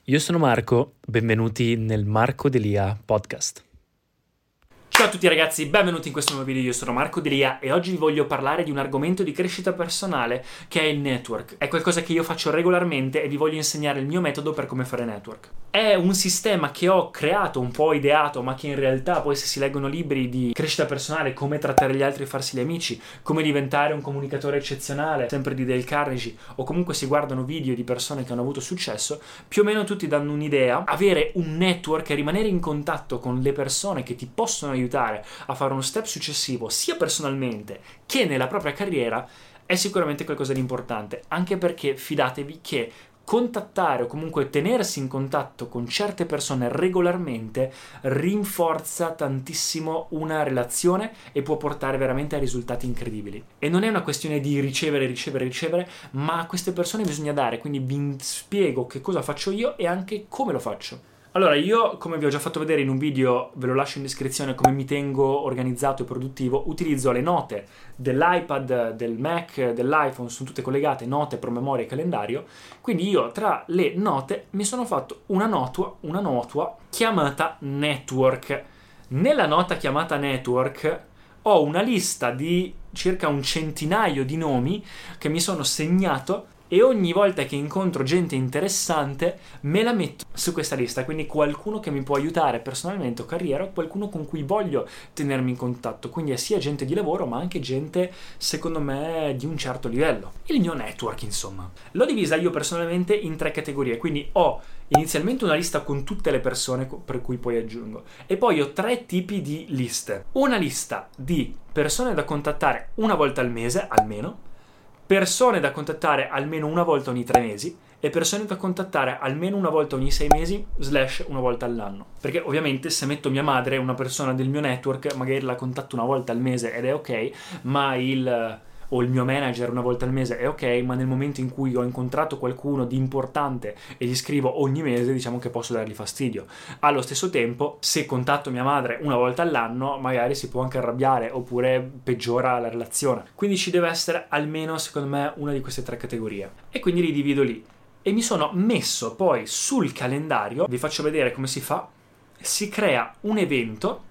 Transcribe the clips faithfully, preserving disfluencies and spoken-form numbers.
Io sono Marco, benvenuti nel Marco Delia Podcast. Ciao a tutti ragazzi, benvenuti in questo nuovo video. Io sono Marco Delia e oggi vi voglio parlare di un argomento di crescita personale che è il network. È qualcosa che io faccio regolarmente e vi voglio insegnare il mio metodo per come fare network. È un sistema che ho creato, un po' ideato, ma che in realtà poi se si leggono libri di crescita personale, come trattare gli altri e farsi gli amici, come diventare un comunicatore eccezionale, sempre di Dale Carnegie, o comunque si guardano video di persone che hanno avuto successo, più o meno tutti danno un'idea. Avere un network e rimanere in contatto con le persone che ti possono aiutare a fare uno step successivo sia personalmente che nella propria carriera è sicuramente qualcosa di importante, anche perché fidatevi che contattare o comunque tenersi in contatto con certe persone regolarmente rinforza tantissimo una relazione e può portare veramente a risultati incredibili. E non è una questione di ricevere, ricevere, ricevere, ma a queste persone bisogna dare, quindi vi spiego che cosa faccio io e anche come lo faccio. Allora, io, come vi ho già fatto vedere in un video, ve lo lascio in descrizione, come mi tengo organizzato e produttivo, utilizzo le note dell'iPad, del Mac, dell'iPhone, sono tutte collegate, note, promemoria e calendario. Quindi io tra le note mi sono fatto una notua, una notua chiamata network. Nella nota chiamata network ho una lista di circa un centinaio di nomi che mi sono segnato e ogni volta che incontro gente interessante me la metto su questa lista, quindi qualcuno che mi può aiutare personalmente o carriera, o qualcuno con cui voglio tenermi in contatto, quindi è sia gente di lavoro ma anche gente secondo me di un certo livello. Il mio network, insomma, l'ho divisa io personalmente in tre categorie, quindi ho inizialmente una lista con tutte le persone per cui poi aggiungo, e poi ho tre tipi di liste: una lista di persone da contattare una volta al mese almeno, persone da contattare almeno una volta ogni tre mesi e persone da contattare almeno una volta ogni sei mesi slash una volta all'anno. Perché ovviamente se metto mia madre, una persona del mio network, magari la contatto una volta al mese ed è ok, ma il... o il mio manager una volta al mese è ok, ma nel momento in cui ho incontrato qualcuno di importante e gli scrivo ogni mese, diciamo che posso dargli fastidio. Allo stesso tempo, se contatto mia madre una volta all'anno, magari si può anche arrabbiare oppure peggiora la relazione. Quindi ci deve essere almeno, secondo me, una di queste tre categorie. E quindi li divido lì. E mi sono messo poi sul calendario, vi faccio vedere come si fa, si crea un evento,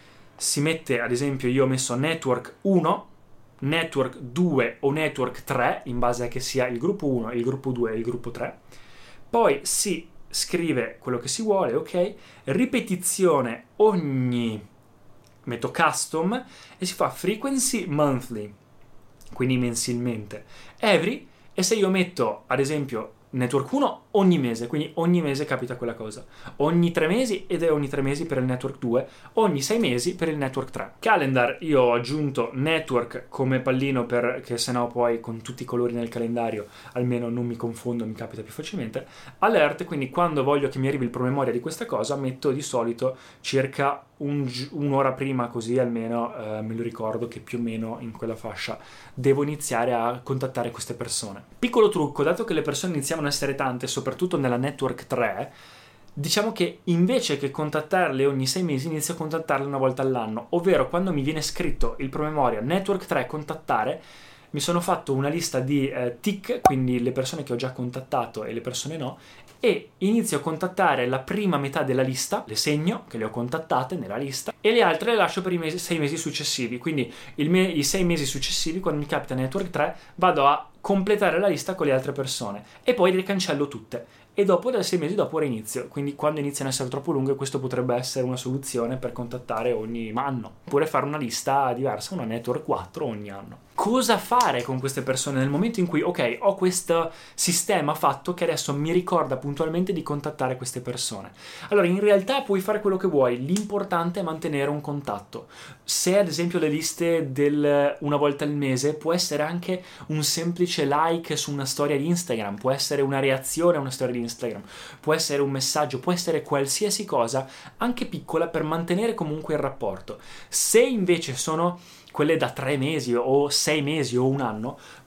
si mette, ad esempio io ho messo network uno, network due o network tre, in base a che sia il gruppo uno, il gruppo due e il gruppo tre. Poi si scrive quello che si vuole, ok? Ripetizione ogni, metto custom e si fa frequency monthly, quindi mensilmente, every, e se io metto ad esempio network uno ogni mese, quindi ogni mese capita quella cosa, ogni tre mesi ed è ogni tre mesi per il network due, ogni sei mesi per il network tre. Calendar, io ho aggiunto network come pallino perché sennò poi con tutti i colori nel calendario almeno non mi confondo, mi capita più facilmente. Alert, quindi quando voglio che mi arrivi il promemoria di questa cosa metto di solito circa un, un'ora prima, così almeno eh, me lo ricordo che più o meno in quella fascia devo iniziare a contattare queste persone. Piccolo trucco, dato che le persone iniziamo a essere tante, soprattutto nella network tre, diciamo che invece che contattarle ogni sei mesi inizio a contattarle una volta all'anno, ovvero quando mi viene scritto il promemoria network tre contattare, mi sono fatto una lista di eh, tick, quindi le persone che ho già contattato e le persone no, e inizio a contattare la prima metà della lista, le segno che le ho contattate nella lista e le altre le lascio per i mesi, sei mesi successivi, quindi il me, i sei mesi successivi, quando mi capita network tre, vado a completare la lista con le altre persone e poi le cancello tutte. E dopo, da sei mesi dopo, reinizio. Quindi quando iniziano a essere troppo lunghe, questo potrebbe essere una soluzione per contattare ogni anno, oppure fare una lista diversa, una network quattro ogni anno. Cosa fare con queste persone nel momento in cui, ok, ho questo sistema fatto che adesso mi ricorda puntualmente di contattare queste persone? Allora, in realtà puoi fare quello che vuoi, l'importante è mantenere un contatto. Se ad esempio le liste del una volta al mese, può essere anche un semplice like su una storia di Instagram, può essere una reazione a una storia di Instagram, può essere un messaggio, può essere qualsiasi cosa, anche piccola, per mantenere comunque il rapporto. Se invece sono quelle da tre mesi o sei mesi o un anno,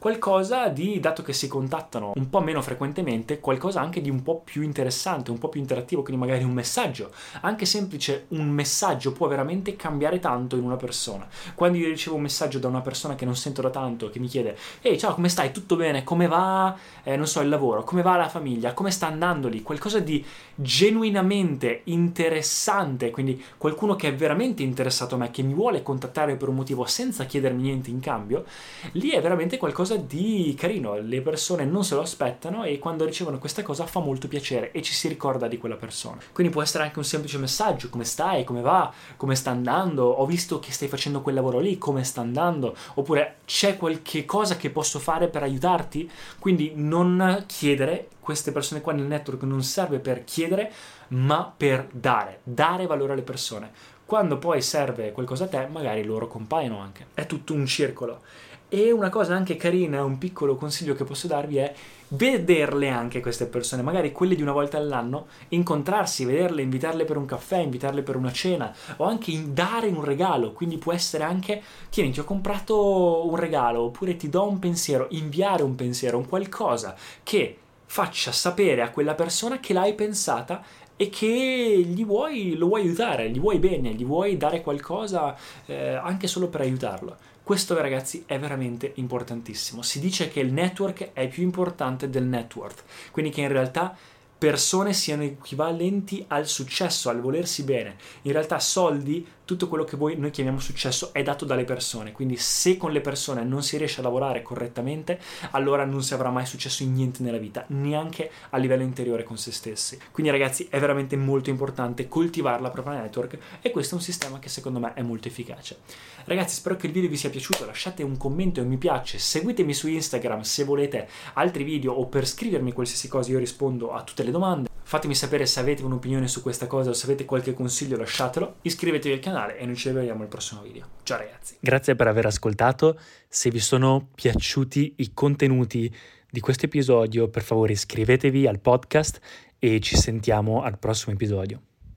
qualcosa di, dato che si contattano un po' meno frequentemente, qualcosa anche di un po' più interessante, un po' più interattivo, quindi magari un messaggio. Anche semplice, un messaggio può veramente cambiare tanto in una persona. Quando io ricevo un messaggio da una persona che non sento da tanto, che mi chiede ehi ciao, come stai, tutto bene, come va, eh, non so, il lavoro, come va la famiglia, come sta andando lì, qualcosa di genuinamente interessante, quindi qualcuno che è veramente interessato a me, che mi vuole contattare per un motivo senza chiedermi niente in cambio, lì è veramente qualcosa di carino. Le persone non se lo aspettano e quando ricevono questa cosa fa molto piacere e ci si ricorda di quella persona. Quindi può essere anche un semplice messaggio: come stai, come va, come sta andando, ho visto che stai facendo quel lavoro lì, come sta andando, oppure c'è qualche cosa che posso fare per aiutarti. Quindi non chiedere, queste persone qua nel network non serve per chiedere ma per dare, dare valore alle persone. Quando poi serve qualcosa a te, magari loro compaiono anche. È tutto un circolo. E una cosa anche carina, un piccolo consiglio che posso darvi è vederle anche queste persone, magari quelle di una volta all'anno, incontrarsi, vederle, invitarle per un caffè, invitarle per una cena, o anche in dare un regalo. Quindi può essere anche: tieni, ti ho comprato un regalo, oppure ti do un pensiero, inviare un pensiero, un qualcosa che faccia sapere a quella persona che l'hai pensata e che gli vuoi, lo vuoi aiutare, gli vuoi bene, gli vuoi dare qualcosa eh, anche solo per aiutarlo. Questo, ragazzi, è veramente importantissimo. Si dice che il network è più importante del net worth, quindi che in realtà persone siano equivalenti al successo, al volersi bene. In realtà soldi, tutto quello che voi, noi chiamiamo successo, è dato dalle persone. Quindi se con le persone non si riesce a lavorare correttamente, allora non si avrà mai successo in niente nella vita, neanche a livello interiore con se stessi. Quindi, ragazzi, è veramente molto importante coltivare la propria network e questo è un sistema che secondo me è molto efficace. Ragazzi, spero che il video vi sia piaciuto, lasciate un commento e un mi piace, seguitemi su Instagram se volete altri video o per scrivermi qualsiasi cosa, io rispondo a tutte le domande. Fatemi sapere se avete un'opinione su questa cosa o se avete qualche consiglio, lasciatelo. Iscrivetevi al canale e noi ci vediamo al prossimo video. Ciao ragazzi. Grazie per aver ascoltato. Se vi sono piaciuti i contenuti di questo episodio, per favore iscrivetevi al podcast e ci sentiamo al prossimo episodio.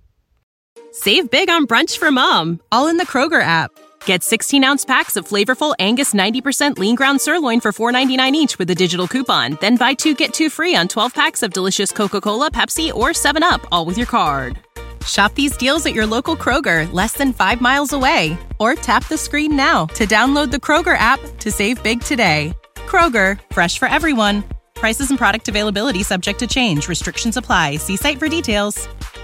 Save big on brunch for mom, all in the Kroger app. Get sixteen ounce packs of flavorful Angus ninety percent lean ground sirloin for four ninety-nine each with a digital coupon. Then buy two, get two free on twelve packs of delicious Coca-Cola, Pepsi, or seven up, all with your card. Shop these deals at your local Kroger, less than five miles away. Or tap the screen now to download the Kroger app to save big today. Kroger, fresh for everyone. Prices and product availability subject to change. Restrictions apply. See site for details.